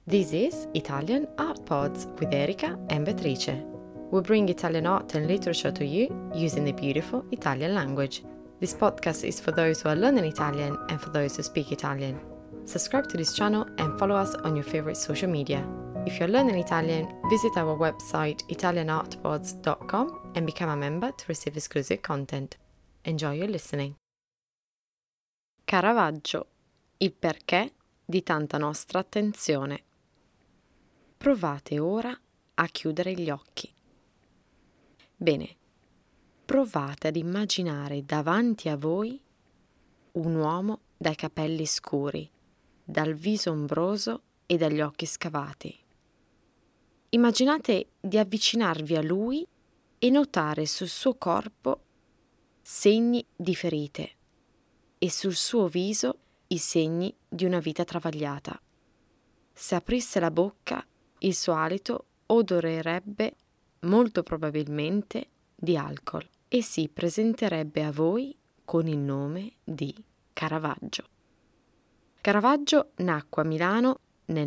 This is Italian Art Pods with Erika and Beatrice. We bring Italian art and literature to you using the beautiful Italian language. This podcast is for those who are learning Italian and for those who speak Italian. Subscribe to this channel and follow us on your favorite social media. If you're learning Italian, visit our website italianartpods.com and become a member to receive exclusive content. Enjoy your listening. Caravaggio, il perché di tanta nostra attenzione. Provate ora a chiudere gli occhi. Bene, provate ad immaginare davanti a voi un uomo dai capelli scuri, dal viso ombroso e dagli occhi scavati. Immaginate di avvicinarvi a lui e notare sul suo corpo segni di ferite e sul suo viso i segni di una vita travagliata. Se aprisse la bocca, il suo alito odorerebbe molto probabilmente di alcol e si presenterebbe a voi con il nome di Caravaggio. Caravaggio nacque a Milano nel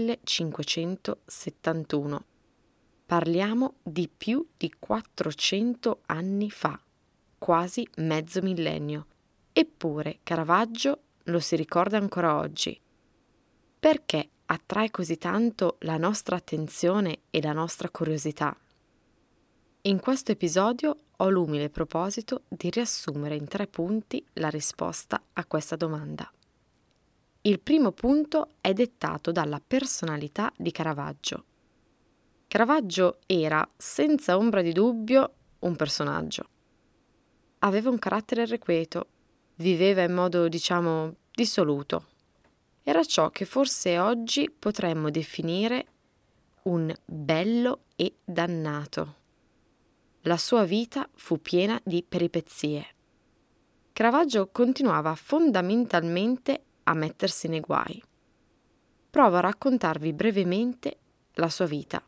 1571. Parliamo di più di 400 anni fa, quasi mezzo millennio. Eppure Caravaggio lo si ricorda ancora oggi. Perché attrae così tanto la nostra attenzione e la nostra curiosità? In questo episodio ho l'umile proposito di riassumere in 3 punti la risposta a questa domanda. Il primo punto è dettato dalla personalità di Caravaggio. Caravaggio era, senza ombra di dubbio, un personaggio. Aveva un carattere irrequieto, viveva in modo, dissoluto. Era ciò che forse oggi potremmo definire un bello e dannato. La sua vita fu piena di peripezie. Caravaggio continuava fondamentalmente a mettersi nei guai. Provo a raccontarvi brevemente la sua vita.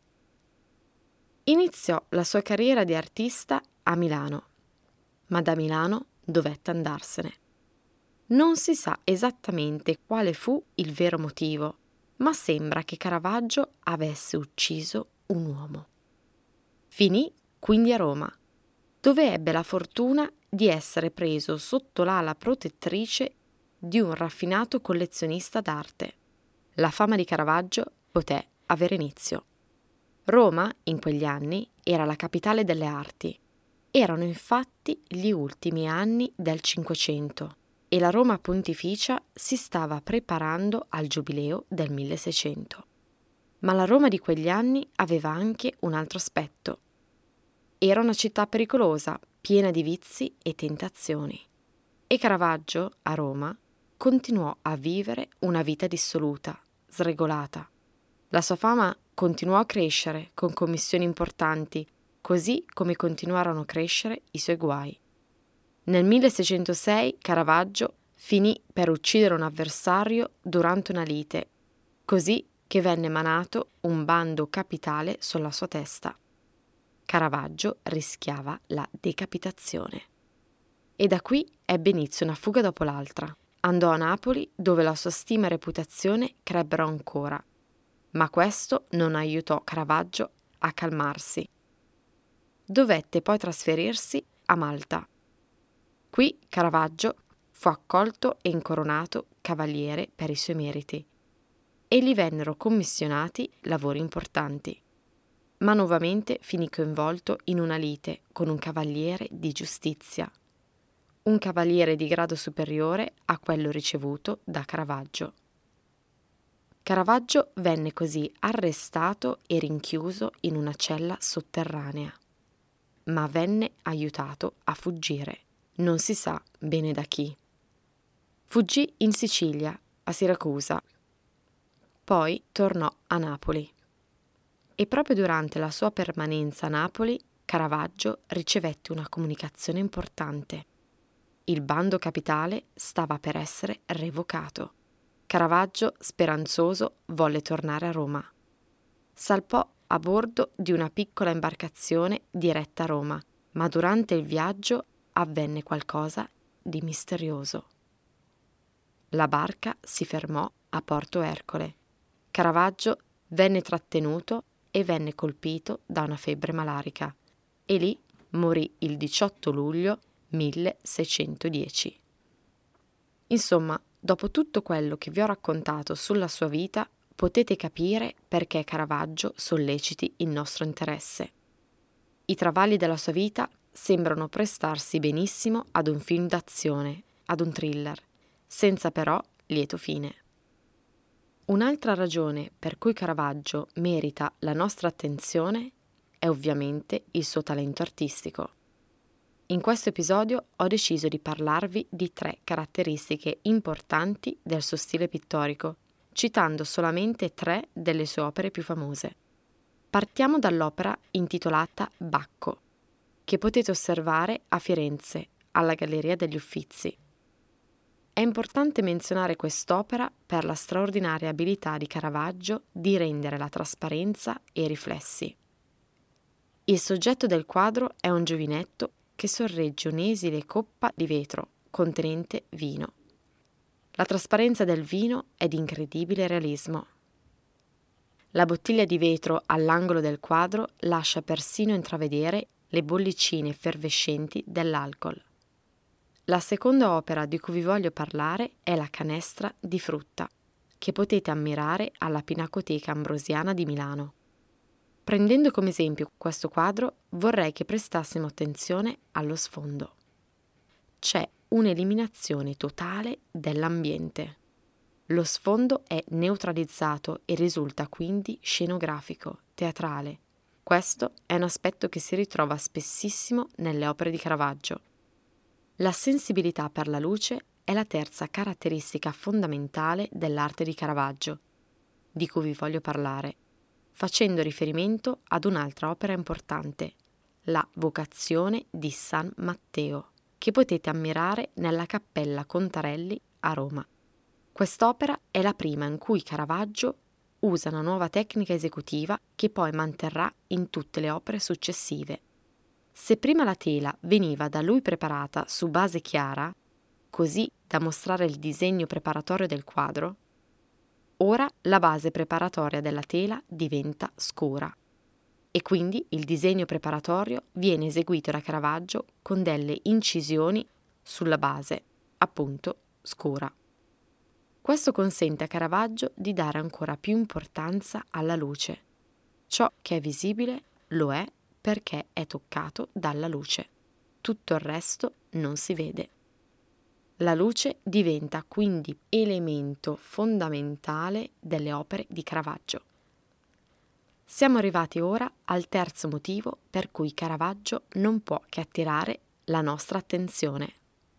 Iniziò la sua carriera di artista a Milano, ma da Milano dovette andarsene. Non si sa esattamente quale fu il vero motivo, ma sembra che Caravaggio avesse ucciso un uomo. Finì quindi a Roma, dove ebbe la fortuna di essere preso sotto l'ala protettrice di un raffinato collezionista d'arte. La fama di Caravaggio poté avere inizio. Roma, in quegli anni, era la capitale delle arti. Erano infatti gli ultimi anni del Cinquecento e la Roma pontificia si stava preparando al giubileo del 1600. Ma la Roma di quegli anni aveva anche un altro aspetto. Era una città pericolosa, piena di vizi e tentazioni. E Caravaggio, a Roma, continuò a vivere una vita dissoluta, sregolata. La sua fama continuò a crescere con commissioni importanti, così come continuarono a crescere i suoi guai. Nel 1606 Caravaggio finì per uccidere un avversario durante una lite, così che venne emanato un bando capitale sulla sua testa. Caravaggio rischiava la decapitazione. E da qui ebbe inizio una fuga dopo l'altra. Andò a Napoli, dove la sua stima e reputazione crebbero ancora, ma questo non aiutò Caravaggio a calmarsi. Dovette poi trasferirsi a Malta. Qui Caravaggio fu accolto e incoronato cavaliere per i suoi meriti e gli vennero commissionati lavori importanti. Ma nuovamente finì coinvolto in una lite con un cavaliere di giustizia, un cavaliere di grado superiore a quello ricevuto da Caravaggio. Caravaggio venne così arrestato e rinchiuso in una cella sotterranea, ma venne aiutato a fuggire. Non si sa bene da chi. Fuggì in Sicilia, a Siracusa. Poi tornò a Napoli. E proprio durante la sua permanenza a Napoli, Caravaggio ricevette una comunicazione importante. Il bando capitale stava per essere revocato. Caravaggio, speranzoso, volle tornare a Roma. Salpò a bordo di una piccola imbarcazione diretta a Roma, ma durante il viaggio avvenne qualcosa di misterioso. La barca si fermò a Porto Ercole. Caravaggio venne trattenuto e venne colpito da una febbre malarica e lì morì il 18 luglio 1610. Insomma, dopo tutto quello che vi ho raccontato sulla sua vita, potete capire perché Caravaggio solleciti il nostro interesse. I travagli della sua vita sembrano prestarsi benissimo ad un film d'azione, ad un thriller, senza però lieto fine. Un'altra ragione per cui Caravaggio merita la nostra attenzione è ovviamente il suo talento artistico. In questo episodio ho deciso di parlarvi di 3 caratteristiche importanti del suo stile pittorico, citando solamente 3 delle sue opere più famose. Partiamo dall'opera intitolata Bacco, che potete osservare a Firenze, alla Galleria degli Uffizi. È importante menzionare quest'opera per la straordinaria abilità di Caravaggio di rendere la trasparenza e i riflessi. Il soggetto del quadro è un giovinetto che sorregge un'esile coppa di vetro contenente vino. La trasparenza del vino è di incredibile realismo. La bottiglia di vetro all'angolo del quadro lascia persino intravedere le bollicine effervescenti dell'alcol. La seconda opera di cui vi voglio parlare è La Canestra di frutta, che potete ammirare alla Pinacoteca Ambrosiana di Milano. Prendendo come esempio questo quadro, vorrei che prestassimo attenzione allo sfondo. C'è un'eliminazione totale dell'ambiente. Lo sfondo è neutralizzato e risulta quindi scenografico, teatrale. Questo è un aspetto che si ritrova spessissimo nelle opere di Caravaggio. La sensibilità per la luce è la terza caratteristica fondamentale dell'arte di Caravaggio, di cui vi voglio parlare, facendo riferimento ad un'altra opera importante, la Vocazione di San Matteo, che potete ammirare nella Cappella Contarelli a Roma. Quest'opera è la prima in cui Caravaggio usa una nuova tecnica esecutiva che poi manterrà in tutte le opere successive. Se prima la tela veniva da lui preparata su base chiara, così da mostrare il disegno preparatorio del quadro, ora la base preparatoria della tela diventa scura e quindi il disegno preparatorio viene eseguito da Caravaggio con delle incisioni sulla base, appunto scura. Questo consente a Caravaggio di dare ancora più importanza alla luce. Ciò che è visibile lo è perché è toccato dalla luce. Tutto il resto non si vede. La luce diventa quindi elemento fondamentale delle opere di Caravaggio. Siamo arrivati ora al terzo motivo per cui Caravaggio non può che attirare la nostra attenzione.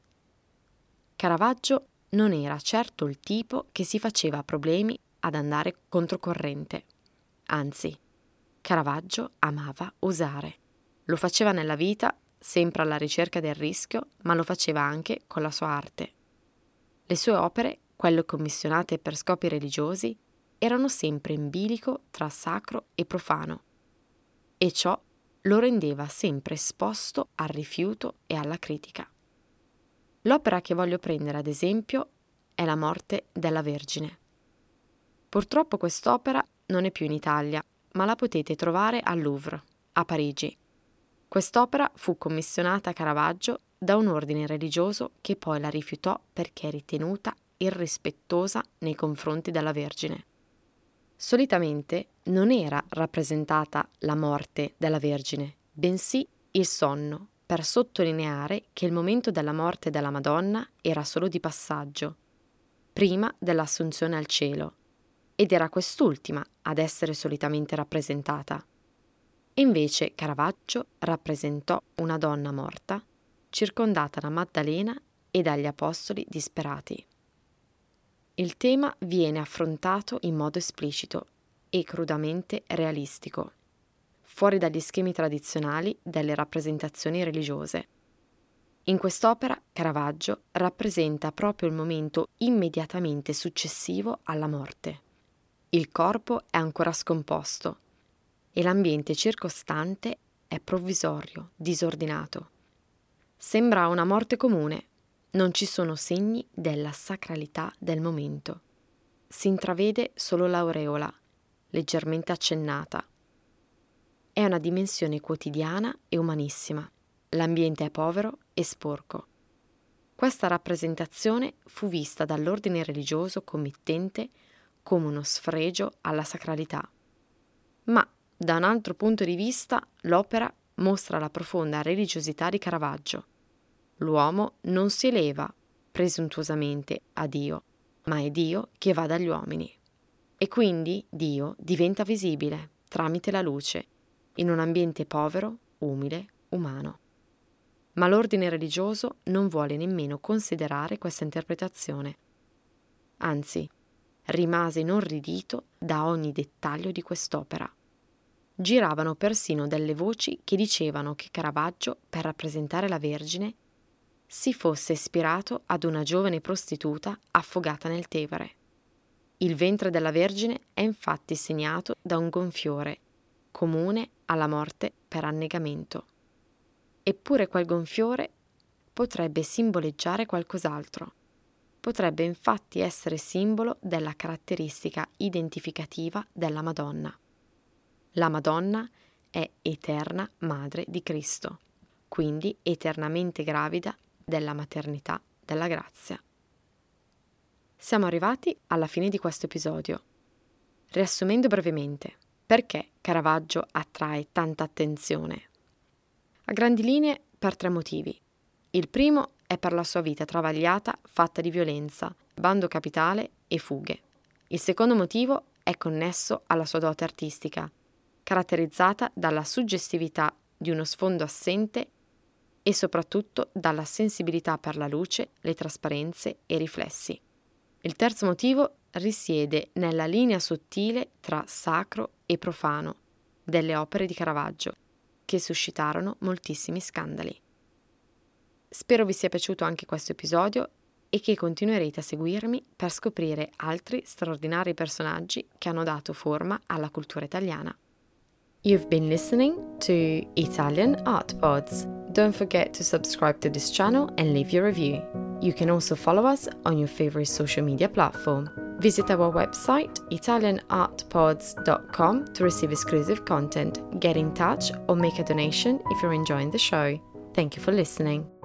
Caravaggio non era certo il tipo che si faceva problemi ad andare controcorrente. Anzi, Caravaggio amava osare. Lo faceva nella vita, sempre alla ricerca del rischio, ma lo faceva anche con la sua arte. Le sue opere, quelle commissionate per scopi religiosi, erano sempre in bilico tra sacro e profano, e ciò lo rendeva sempre esposto al rifiuto e alla critica. L'opera che voglio prendere ad esempio è La morte della Vergine. Purtroppo quest'opera non è più in Italia, ma la potete trovare al Louvre, a Parigi. Quest'opera fu commissionata a Caravaggio da un ordine religioso che poi la rifiutò perché ritenuta irrispettosa nei confronti della Vergine. Solitamente non era rappresentata la morte della Vergine, bensì il sonno, per sottolineare che il momento della morte della Madonna era solo di passaggio, prima dell'assunzione al cielo, ed era quest'ultima ad essere solitamente rappresentata. E invece Caravaggio rappresentò una donna morta, circondata da Maddalena e dagli apostoli disperati. Il tema viene affrontato in modo esplicito e crudamente realistico, fuori dagli schemi tradizionali delle rappresentazioni religiose. In quest'opera Caravaggio rappresenta proprio il momento immediatamente successivo alla morte. Il corpo è ancora scomposto e l'ambiente circostante è provvisorio, disordinato. Sembra una morte comune. Non ci sono segni della sacralità del momento. Si intravede solo l'aureola leggermente accennata. È una dimensione quotidiana e umanissima. L'ambiente è povero e sporco. Questa rappresentazione fu vista dall'ordine religioso committente come uno sfregio alla sacralità. Ma, da un altro punto di vista, l'opera mostra la profonda religiosità di Caravaggio. L'uomo non si eleva presuntuosamente a Dio, ma è Dio che va dagli uomini. E quindi Dio diventa visibile tramite la luce, in un ambiente povero, umile, umano. Ma l'ordine religioso non vuole nemmeno considerare questa interpretazione. Anzi, rimase inorridito da ogni dettaglio di quest'opera. Giravano persino delle voci che dicevano che Caravaggio, per rappresentare la Vergine, si fosse ispirato ad una giovane prostituta affogata nel Tevere. Il ventre della Vergine è infatti segnato da un gonfiore, comune alla morte per annegamento. Eppure quel gonfiore potrebbe simboleggiare qualcos'altro. Potrebbe infatti essere simbolo della caratteristica identificativa della Madonna. La Madonna è eterna Madre di Cristo, quindi eternamente gravida della maternità della grazia. Siamo arrivati alla fine di questo episodio. Riassumendo brevemente, perché Caravaggio attrae tanta attenzione? A grandi linee per 3 motivi. Il primo è per la sua vita travagliata, fatta di violenza, bando capitale e fughe. Il secondo motivo è connesso alla sua dote artistica, caratterizzata dalla suggestività di uno sfondo assente e soprattutto dalla sensibilità per la luce, le trasparenze e i riflessi. Il terzo motivo risiede nella linea sottile tra sacro e profano delle opere di Caravaggio, che suscitarono moltissimi scandali. Spero vi sia piaciuto anche questo episodio e che continuerete a seguirmi per scoprire altri straordinari personaggi che hanno dato forma alla cultura italiana. You've been listening to Italian Art Pods. Don't forget to subscribe to this channel and leave your review. You can also follow us on your favorite social media platform. Visit our website italianartpods.com to receive exclusive content, get in touch or make a donation if you're enjoying the show. Thank you for listening.